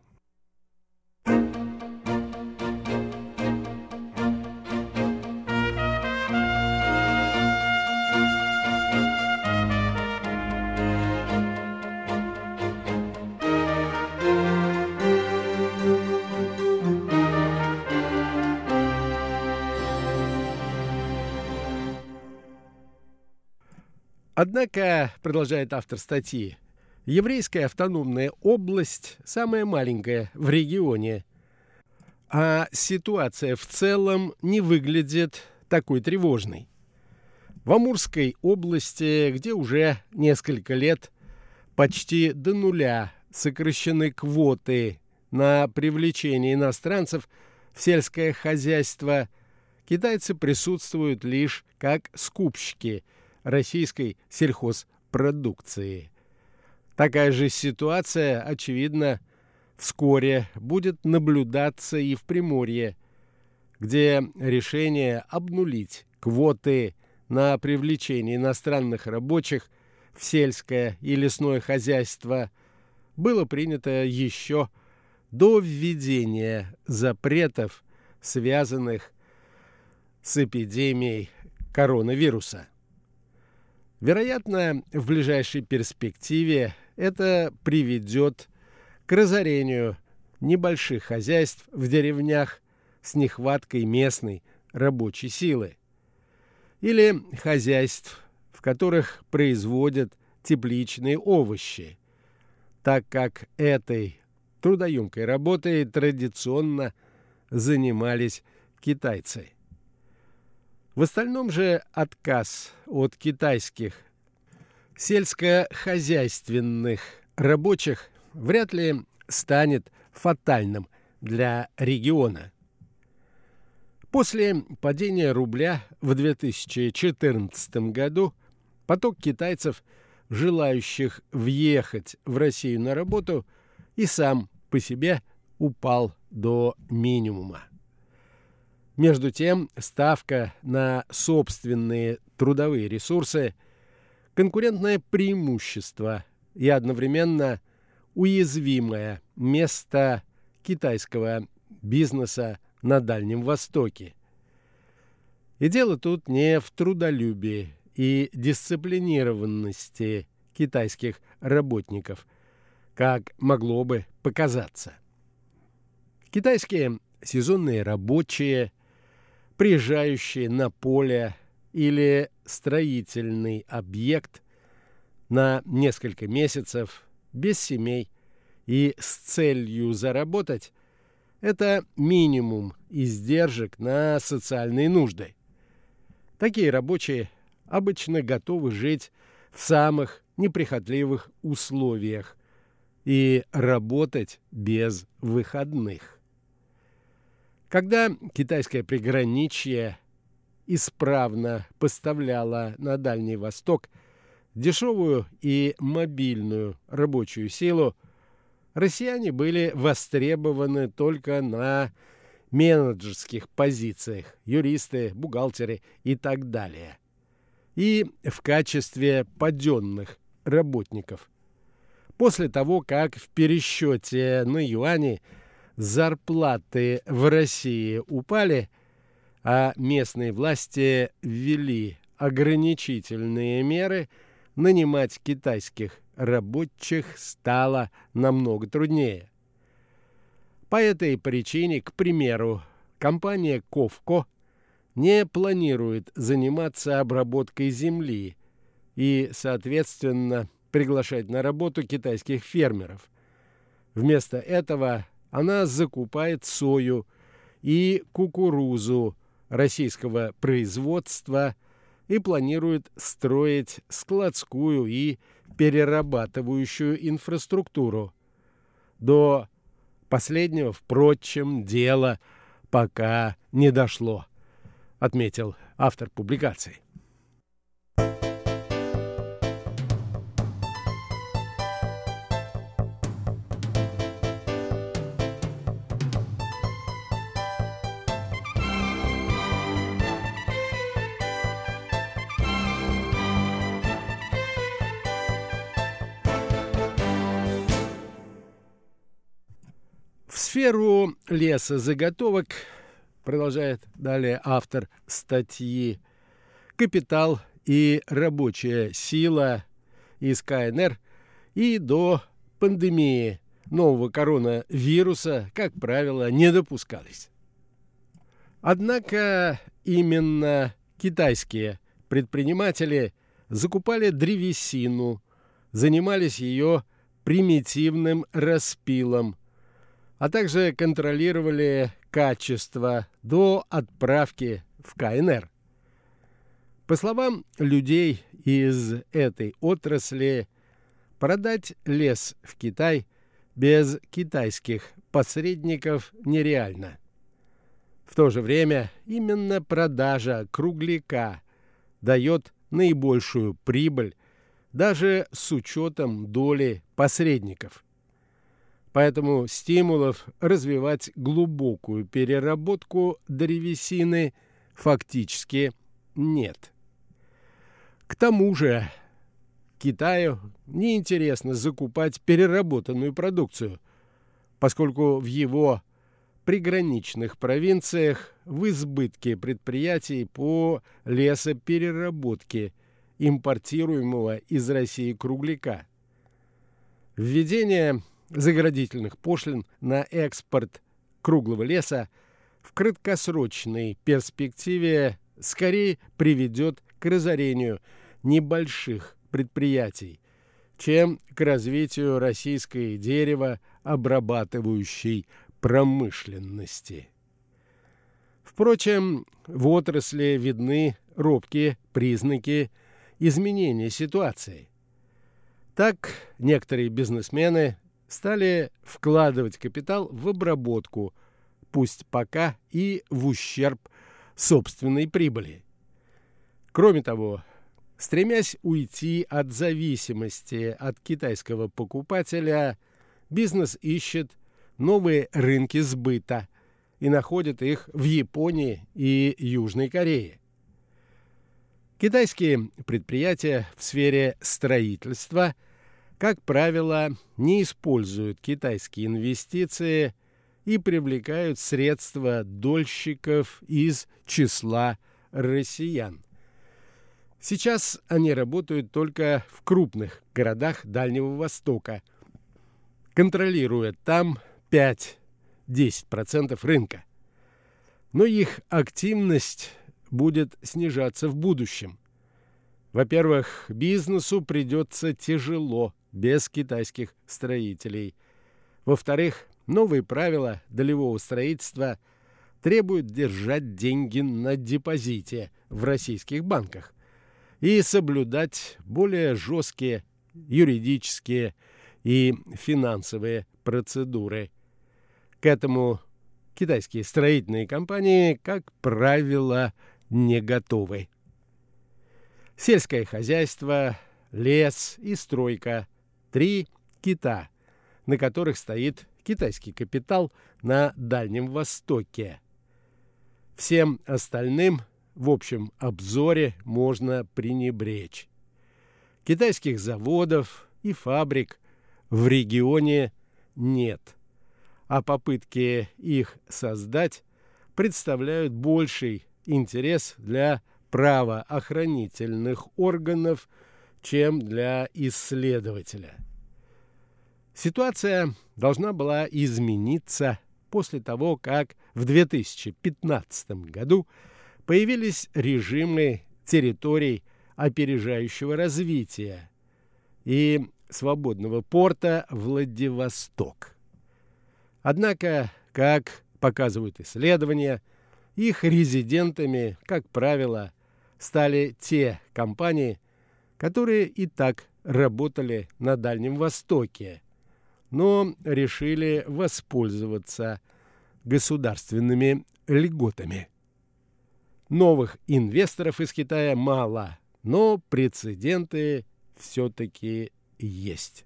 Однако, продолжает автор статьи, Еврейская автономная область самая маленькая в регионе, а ситуация в целом не выглядит такой тревожной. В Амурской области, где уже несколько лет почти до нуля сокращены квоты на привлечение иностранцев в сельское хозяйство, китайцы присутствуют лишь как скупщики российской сельхозпродукции. Такая же ситуация, очевидно, вскоре будет наблюдаться и в Приморье, где решение обнулить квоты на привлечение иностранных рабочих в сельское и лесное хозяйство было принято еще до введения запретов, связанных с эпидемией коронавируса. Вероятно, в ближайшей перспективе это приведет к разорению небольших хозяйств в деревнях с нехваткой местной рабочей силы или хозяйств, в которых производят тепличные овощи, так как этой трудоемкой работой традиционно занимались китайцы. В остальном же отказ от китайских сельскохозяйственных рабочих вряд ли станет фатальным для региона. После падения рубля в две тысячи четырнадцатом году поток китайцев, желающих въехать в Россию на работу, и сам по себе упал до минимума. Между тем, ставка на собственные трудовые ресурсы, конкурентное преимущество и одновременно уязвимое место китайского бизнеса на Дальнем Востоке. И дело тут не в трудолюбии и дисциплинированности китайских работников, как могло бы показаться. Китайские сезонные рабочие, приезжающие на поле или строительный объект на несколько месяцев без семей и с целью заработать, это минимум издержек на социальные нужды. Такие рабочие обычно готовы жить в самых неприхотливых условиях и работать без выходных. Когда китайское приграничье исправно поставляло на Дальний Восток дешевую и мобильную рабочую силу, россияне были востребованы только на менеджерских позициях, юристы, бухгалтеры и так далее, и в качестве паденных работников. После того, как в пересчете на юани зарплаты в России упали, а местные власти ввели ограничительные меры, нанимать китайских рабочих стало намного труднее. По этой причине, к примеру, компания «Ковко» не планирует заниматься обработкой земли и, соответственно, приглашать на работу китайских фермеров. Вместо этого она закупает сою и кукурузу российского производства и планирует строить складскую и перерабатывающую инфраструктуру. До последнего, впрочем, дело пока не дошло, отметил автор публикации. В сферу лесозаготовок, продолжает далее автор статьи, капитал и рабочая сила из ка эн эр и до пандемии нового коронавируса, как правило, не допускались. Однако именно китайские предприниматели закупали древесину, занимались ее примитивным распилом, а также контролировали качество до отправки в ка эн эр. По словам людей из этой отрасли, продать лес в Китай без китайских посредников нереально. В то же время именно продажа кругляка дает наибольшую прибыль, даже с учетом доли посредников. Поэтому стимулов развивать глубокую переработку древесины фактически нет. К тому же Китаю неинтересно закупать переработанную продукцию, поскольку в его приграничных провинциях в избытке предприятий по лесопереработке импортируемого из России кругляка. Введение заградительных пошлин на экспорт круглого леса в краткосрочной перспективе скорее приведет к разорению небольших предприятий, чем к развитию российской деревообрабатывающей промышленности. Впрочем, в отрасли видны робкие признаки изменения ситуации. Так, некоторые бизнесмены стали вкладывать капитал в обработку, пусть пока и в ущерб собственной прибыли. Кроме того, стремясь уйти от зависимости от китайского покупателя, бизнес ищет новые рынки сбыта и находит их в Японии и Южной Корее. Китайские предприятия в сфере строительства, как правило, не используют китайские инвестиции и привлекают средства дольщиков из числа россиян. Сейчас они работают только в крупных городах Дальнего Востока, контролируя там пять-десять процентов рынка. Но их активность будет снижаться в будущем. Во-первых, бизнесу придется тяжело без китайских строителей. Во-вторых, новые правила долевого строительства требуют держать деньги на депозите в российских банках и соблюдать более жесткие юридические и финансовые процедуры. К этому китайские строительные компании, как правило, не готовы. Сельское хозяйство, лес и стройка – три кита, на которых стоит китайский капитал на Дальнем Востоке. Всем остальным в общем обзоре можно пренебречь. Китайских заводов и фабрик в регионе нет, а попытки их создать представляют больший интерес для правоохранительных органов, чем для исследователя. Ситуация должна была измениться после того, как в две тысячи пятнадцатом году появились режимы территорий опережающего развития и свободного порта Владивосток. Однако, как показывают исследования, их резидентами, как правило, стали те компании, которые и так работали на Дальнем Востоке, но решили воспользоваться государственными льготами. Новых инвесторов из Китая мало, но прецеденты все-таки есть.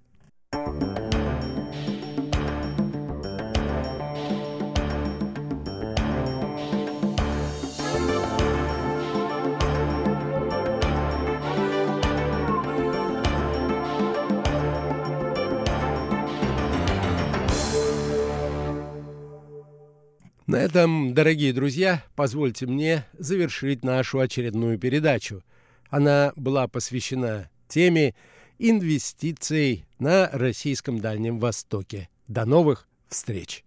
На этом, дорогие друзья, позвольте мне завершить нашу очередную передачу. Она была посвящена теме инвестиций на российском Дальнем Востоке. До новых встреч!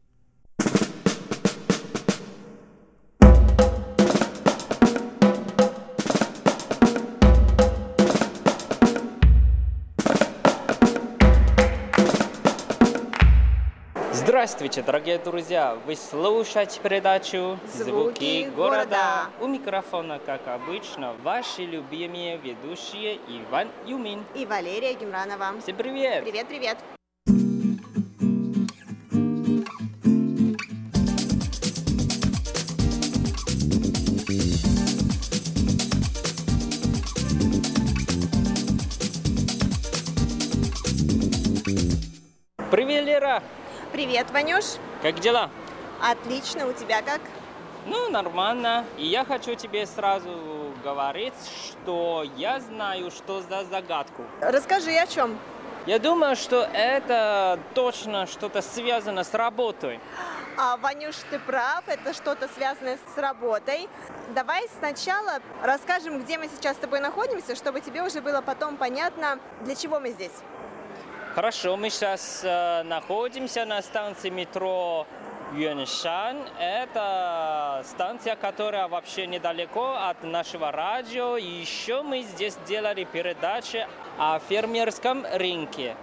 Здравствуйте, дорогие друзья! Вы слушаете передачу «Звуки города». У микрофона, как обычно, ваши любимые ведущие Иван Юмин и Валерия Гемранова. Всем привет! Привет-привет! Привет, Лера! Привет, Ванюш! Как дела? Отлично, у тебя как? Ну, нормально. И я хочу тебе сразу говорить, что я знаю, что за загадку. Расскажи, о чем? Я думаю, что это точно что-то связано с работой. А, Ванюш, ты прав, это что-то связанное с работой. Давай сначала расскажем, где мы сейчас с тобой находимся, чтобы тебе уже было потом понятно, для чего мы здесь. Хорошо, мы сейчас э, находимся на станции метро Юаншань. Это станция, которая вообще недалеко от нашего радио. И еще мы здесь делали передачи о фермерском рынке.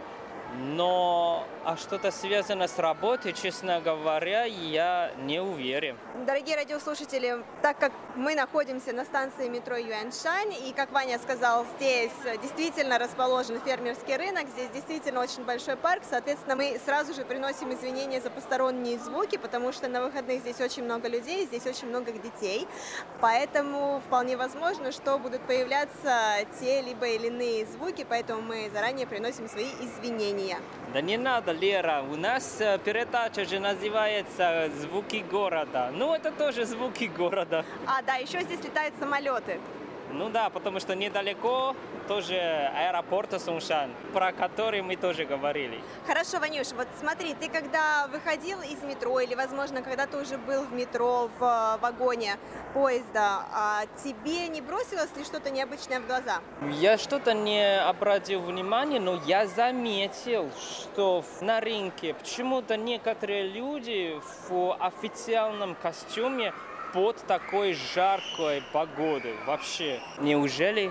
Но а что-то связано с работой, честно говоря, я не уверен. Дорогие радиослушатели, так как мы находимся на станции метро Юаньшань, и, как Ваня сказал, здесь действительно расположен фермерский рынок, здесь действительно очень большой парк, соответственно, мы сразу же приносим извинения за посторонние звуки, потому что на выходных здесь очень много людей, здесь очень много детей, поэтому вполне возможно, что будут появляться те либо или иные звуки, поэтому мы заранее приносим свои извинения. Да не надо, Лера, у нас передача же называется «Звуки города». Ну, это тоже звуки города. А, да, еще здесь летают самолеты. Ну да, потому что недалеко тоже аэропорт Суншань, про который мы тоже говорили. Хорошо, Ванюш, вот смотри, ты когда выходил из метро или, возможно, когда ты уже был в метро, в вагоне поезда, а тебе не бросилось ли что-то необычное в глаза? Я что-то не обратил внимания, но я заметил, что на рынке почему-то некоторые люди в официальном костюме под такой жаркой погодой. Вообще, неужели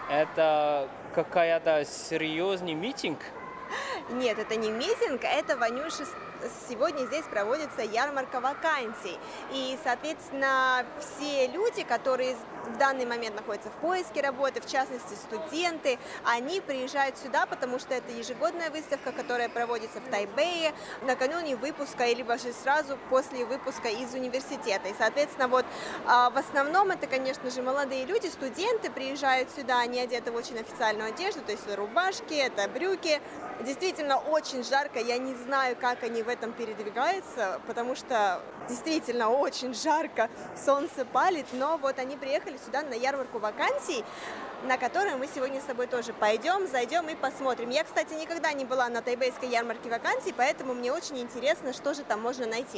это какая-то серьезный митинг? Нет, это не митинг, это, Ванюша, сегодня здесь проводится ярмарка вакансий. И, соответственно, все люди, которые в данный момент находятся в поиске работы, в частности студенты, они приезжают сюда, потому что это ежегодная выставка, которая проводится в Тайбэе накануне выпуска, либо же сразу после выпуска из университета. И, соответственно, вот в основном это, конечно же, молодые люди, студенты приезжают сюда, они одеты в очень официальную одежду, то есть это рубашки, это брюки. Действительно очень жарко, я не знаю, как они в этом передвигаются, потому что действительно очень жарко, солнце палит, но вот они приехали сюда на ярмарку вакансий, на которую мы сегодня с тобой тоже пойдем, зайдем и посмотрим. Я, кстати, никогда не была на тайбэйской ярмарке вакансий, поэтому мне очень интересно, что же там можно найти.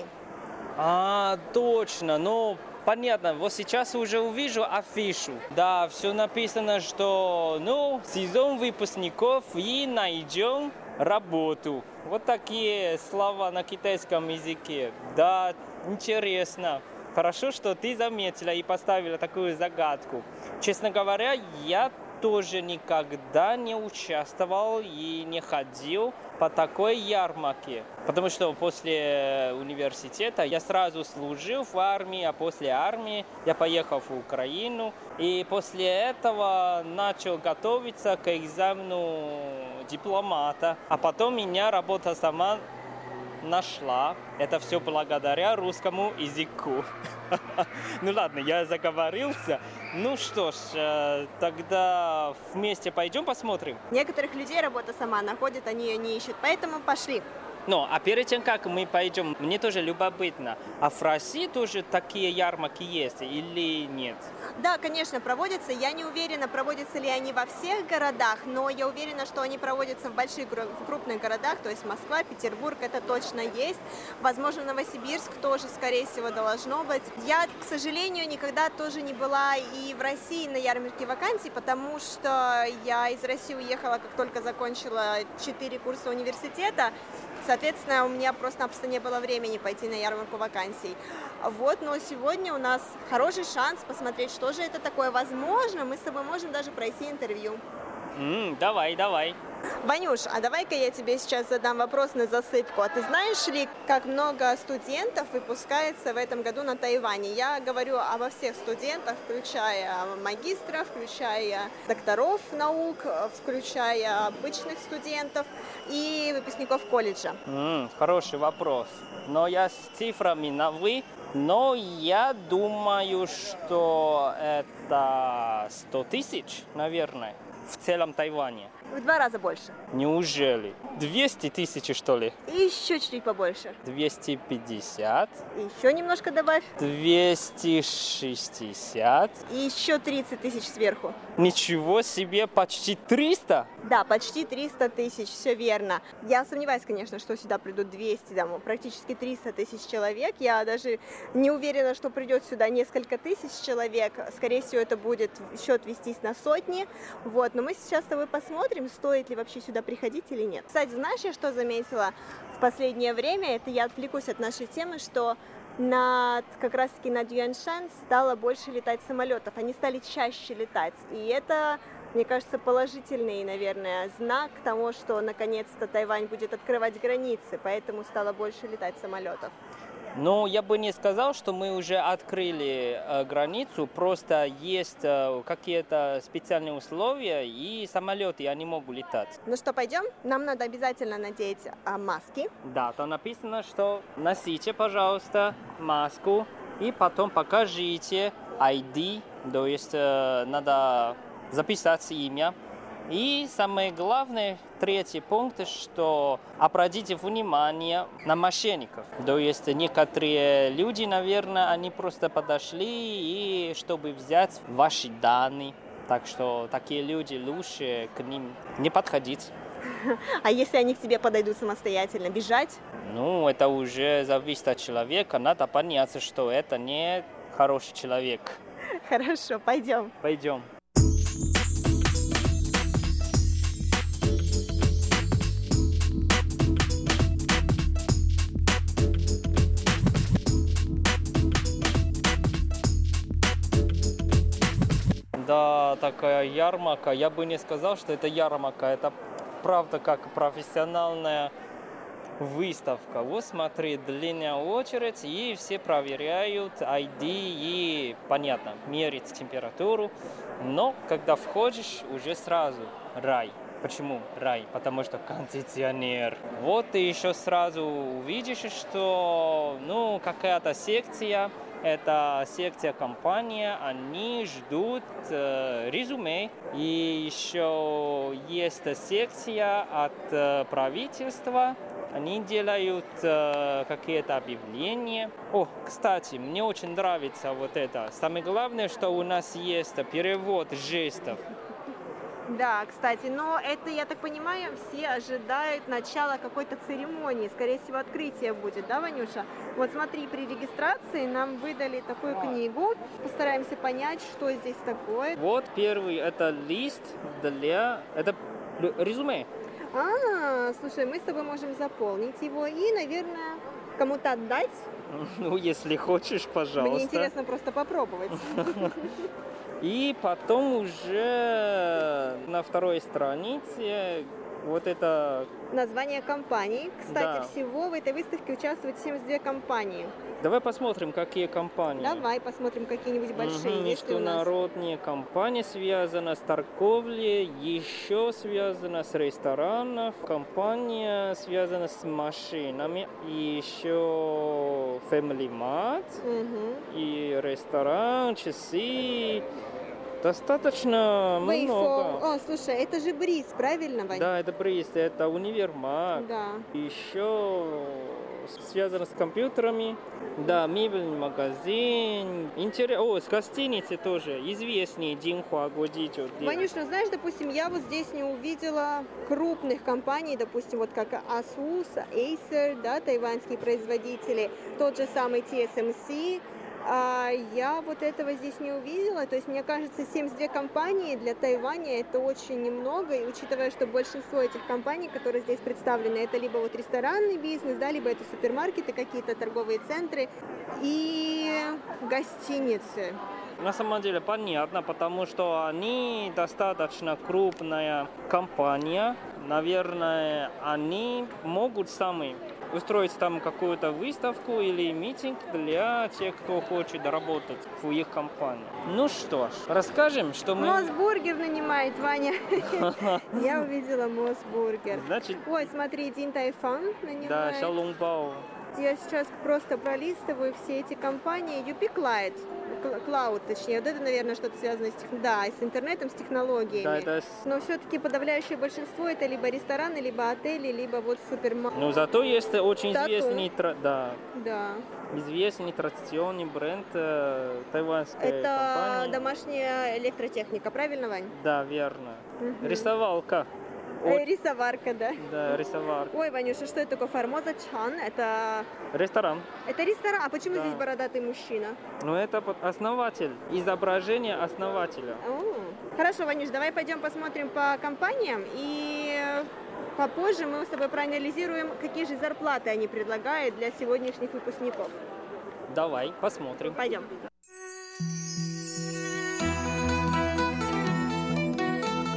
А, точно, ну... Понятно, вот сейчас уже увижу афишу. Да, все написано, что ну, сезон выпускников и найдем работу. Вот такие слова на китайском языке. Да, интересно. Хорошо, что ты заметила и поставила такую загадку. Честно говоря, я тоже никогда не участвовал и не ходил по такой ярмарке. Потому что после университета я сразу служил в армии, а после армии я поехал в Украину. И после этого начал готовиться к экзамену дипломата. А потом меня работа сама нашла. Это все благодаря русскому языку. Ну ладно, я заговорился. Ну что ж, тогда вместе пойдем посмотрим. Некоторых людей работа сама находит, они ее не ищут, поэтому пошли. Ну, а перед тем, как мы пойдем, мне тоже любопытно, а в России тоже такие ярмарки есть или нет? Да, конечно, проводятся. Я не уверена, проводятся ли они во всех городах, но я уверена, что они проводятся в больших, в крупных городах, то есть Москва, Петербург, это точно есть. Возможно, Новосибирск тоже, скорее всего, должно быть. Я, к сожалению, никогда тоже не была и в России на ярмарке вакансий, потому что я из России уехала, как только закончила четыре курса университета. Соответственно, у меня просто-напросто не было времени пойти на ярмарку вакансий. Вот, но сегодня у нас хороший шанс посмотреть, что же это такое. Возможно, мы с тобой можем даже пройти интервью. Mm, давай, давай. Ванюш, а давай-ка я тебе сейчас задам вопрос на засыпку. А ты знаешь ли, как много студентов выпускается в этом году на Тайване? Я говорю обо всех студентах, включая магистров, включая докторов наук, включая обычных студентов и выпускников колледжа. Mm, хороший вопрос. Но я с цифрами на «вы». Но я думаю, что это сто тысяч, наверное, в целом Тайване. В два раза больше. Неужели? двести тысяч, что ли? И еще чуть-чуть побольше. двести пятьдесят. Еще немножко добавь. двести шестьдесят. И еще тридцать тысяч сверху. Ничего себе, почти триста? Да, почти триста тысяч, все верно. Я сомневаюсь, конечно, что сюда придут двести, там, практически триста тысяч человек. Я даже не уверена, что придет сюда несколько тысяч человек. Скорее всего, это будет счет вестись на сотни. Вот. Но мы сейчас с тобой посмотрим, стоит ли вообще сюда приходить или нет. Кстати, знаешь, я что заметила в последнее время? Это я отвлекусь от нашей темы, что над, как раз-таки над Юаньшань стало больше летать самолетов. Они стали чаще летать. И это мне кажется, положительный, наверное, знак того, что наконец-то Тайвань будет открывать границы, поэтому стало больше летать самолетов. Ну, я бы не сказал, что мы уже открыли э, границу, просто есть э, какие-то специальные условия, и самолеты, они могут летать. Ну что, пойдем? Нам надо обязательно надеть а, маски. Да, там написано, что носите, пожалуйста, маску, и потом покажите ай ди, то есть э, надо записать имя. И самое главное, третий пункт, что обратите внимание на мошенников. То есть некоторые люди, наверное, они просто подошли, и чтобы взять ваши данные. Так что такие люди лучше к ним не подходить. А если они к тебе подойдут самостоятельно, бежать? Ну, это уже зависит от человека. Надо понять, что это не хороший человек. Хорошо, пойдем. Пойдем. Да, такая ярмарка. Я бы не сказал, что это ярмарка. Это правда как профессиональная выставка. Вот смотри, длинная очередь, и все проверяют ай ди и, понятно, мерить температуру. Но когда входишь, уже сразу рай. Почему рай? Потому что кондиционер. Вот ты еще сразу увидишь, что ну, какая-то секция, это секция компании, они ждут э, резюме. И еще есть секция от э, правительства. Они делают э, какие-то объявления. О, кстати, мне очень нравится вот это. Самое главное, что у нас есть перевод жестов. Да, кстати, но это, я так понимаю, все ожидают начала какой-то церемонии, скорее всего, открытие будет, да, Ванюша? Вот смотри, при регистрации нам выдали такую книгу, постараемся понять, что здесь такое. Вот первый, это лист для, это резюме. А, слушай, мы с тобой можем заполнить его и, наверное, кому-то отдать. Ну, если хочешь, пожалуйста. Мне интересно просто попробовать. И потом уже на второй странице вот это... Название компании. Кстати, да. всего в этой выставке участвуют семьдесят две компании. Давай посмотрим, какие компании. Давай посмотрим какие-нибудь большие. Угу, международные компании связаны с торговлей, еще связаны с ресторанами, компания связана с машинами, и еще Family Mart, угу. и ресторан, часы. Достаточно Wayfall. много. О, слушай, это же Бриз, правильно, Вань? Да, это Бриз, это универмаг. Да. Еще связано с компьютерами. Да, мебельный магазин. Интерес... О, с гостиницей тоже. Известный Динхуа Годичу. Ванюш, ну знаешь, допустим, я вот здесь не увидела крупных компаний, допустим, вот как Asus, Acer, да, тайваньские производители, тот же самый ти эс эм си. А я вот этого здесь не увидела, то есть мне кажется, семьдесят две компании для Тайваня это очень немного, и учитывая, что большинство этих компаний, которые здесь представлены, это либо вот ресторанный бизнес, да, либо это супермаркеты, какие-то торговые центры и гостиницы. На самом деле понятно, потому что они достаточно крупная компания, наверное, они могут сами устроить там какую-то выставку или митинг для тех, кто хочет работать в их компании. Ну что ж, расскажем, что мы... Мосбургер нанимает, Ваня. Я увидела Мосбургер. Значит... Ой, смотри, Дин Тайфан нанимает. Да, Шалунбао. Я сейчас просто пролистываю все эти компании. Юпиклайт, Cloud, точнее, вот это, наверное, что-то связано с, тех... да, с интернетом, с технологиями. Да, это... Но все-таки подавляющее большинство это либо рестораны, либо отели, либо вот супермаркет. Но зато есть очень Тату. известный, да, да. известный традиционный бренд э, тайваньской это компании. Это домашняя электротехника, правильно, Вань? Да, верно. Угу. Рисовалка. Э, рисоварка, да? Да, рисоварка. Ой, Ванюша, что это такое? Формоза Чан? Это... Ресторан. Это ресторан? А почему да. здесь бородатый мужчина? Ну, это основатель. Изображение основателя. О. Хорошо, Ванюш, давай пойдем посмотрим по компаниям и попозже мы с тобой проанализируем, какие же зарплаты они предлагают для сегодняшних выпускников. Давай, посмотрим. Пойдем.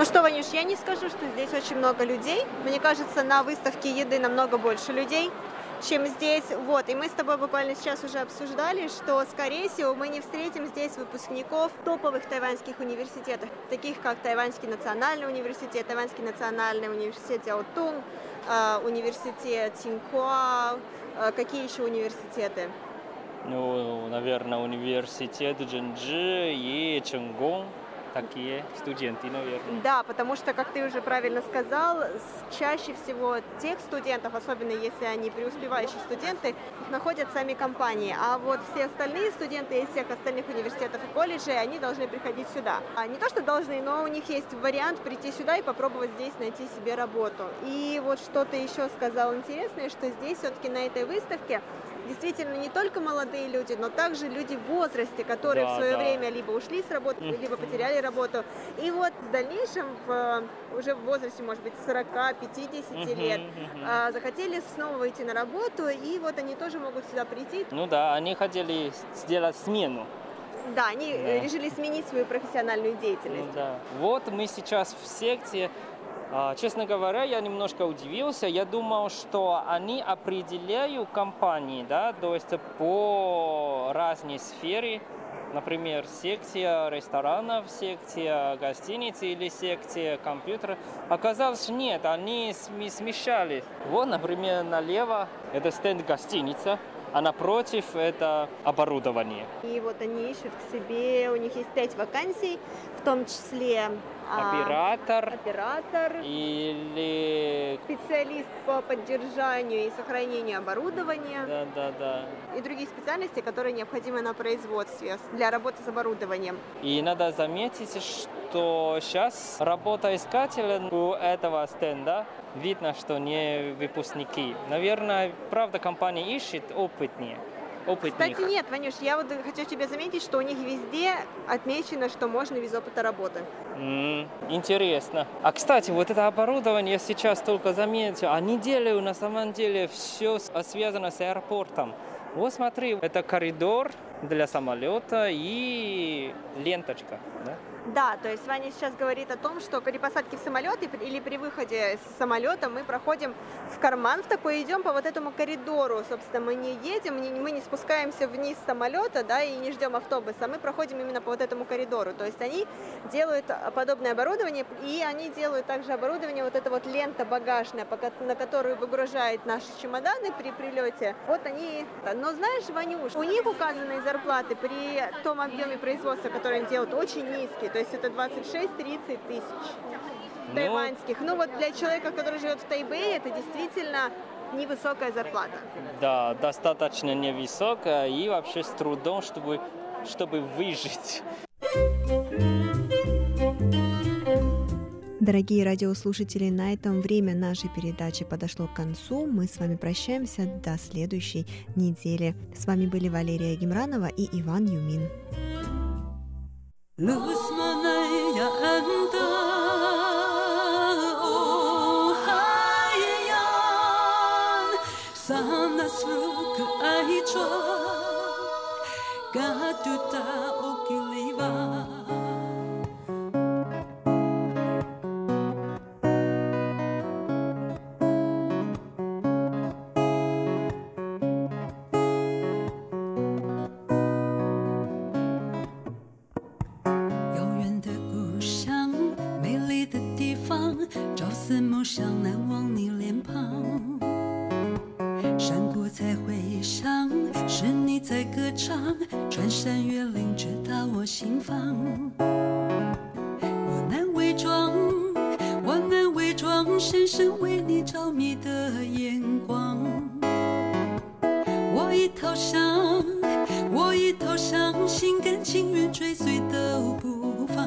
что, Ванюш, я не скажу, что здесь очень много людей. Мне кажется, на выставке еды намного больше людей, чем здесь. Вот, и мы с тобой буквально сейчас уже обсуждали, что, скорее всего, мы не встретим здесь выпускников топовых тайваньских университетов, таких как Тайваньский национальный университет, Тайваньский национальный университет Цзяотун, университет Цинхуа, какие еще университеты? Ну, наверное, университет Джэньчжи и Чэнггong. Такие студенты, наверное. Да, потому что, как ты уже правильно сказал, чаще всего тех студентов, особенно если они преуспевающие студенты, находят сами компании. А вот все остальные студенты из всех остальных университетов и колледжей, они должны приходить сюда. А не то, что должны, но у них есть вариант прийти сюда и попробовать здесь найти себе работу. И вот что ты еще сказал интересное, что здесь все-таки на этой выставке действительно не только молодые люди, но также люди в возрасте, которые да, в свое да. время либо ушли с работы, mm-hmm. либо потеряли работу. И вот в дальнейшем, в, уже в возрасте, может быть, сорок-пятьдесят mm-hmm. лет, mm-hmm. А, захотели снова выйти на работу, и вот они тоже могут сюда прийти. Ну да, они хотели сделать смену. Да, они да. решили сменить свою профессиональную деятельность. Ну, да. Вот мы сейчас в секте. Честно говоря, я немножко удивился. Я думал, что они определяют компании, да, то есть по разной сфере. Например, секция ресторанов, секция гостиницы или секция компьютера. Оказалось, нет, они смешали. Вот, например, налево это стенд гостиница, а напротив это оборудование. И вот они ищут к себе, у них есть пять вакансий, в том числе оператор, а, оператор или специалист по поддержанию и сохранению оборудования. Да, да, да. И другие специальности, которые необходимы на производстве для работы с оборудованием. И надо заметить, что сейчас работа искателя у этого стенда видно, что не выпускники. Наверное, правда, компания ищет опытнее. Опытных. Кстати, нет, Ванюш, я вот хочу тебе заметить, что у них везде отмечено, что можно без опыта работы. Mm, интересно. А, кстати, вот это оборудование я сейчас только заметил. Они делают на самом деле все связано с аэропортом. Вот смотри, это коридор для самолета и ленточка. Да? Да, то есть Ваня сейчас говорит о том, что при посадке в самолет или при выходе с самолета мы проходим в карман в такой, идем по вот этому коридору. Собственно, мы не едем, мы не спускаемся вниз с самолета, да, и не ждем автобуса, мы проходим именно по вот этому коридору. То есть они делают подобное оборудование, и они делают также оборудование, вот эта вот лента багажная, на которую выгружают наши чемоданы при прилете. Вот они... Но знаешь, Ванюш, у них указанные зарплаты при том объеме производства, который они делают, очень низкие. То есть это двадцать шесть - тридцать тысяч ну, тайваньских. Ну вот для человека, который живет в Тайбэе, это действительно невысокая зарплата. Да, достаточно невысокая и вообще с трудом, чтобы, чтобы выжить. Дорогие радиослушатели, на этом время нашей передачи подошло к концу. Мы с вами прощаемся до следующей недели. С вами были Валерия Гемранова и Иван Юмин.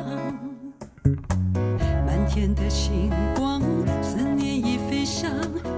满天的星光，思念已飞翔。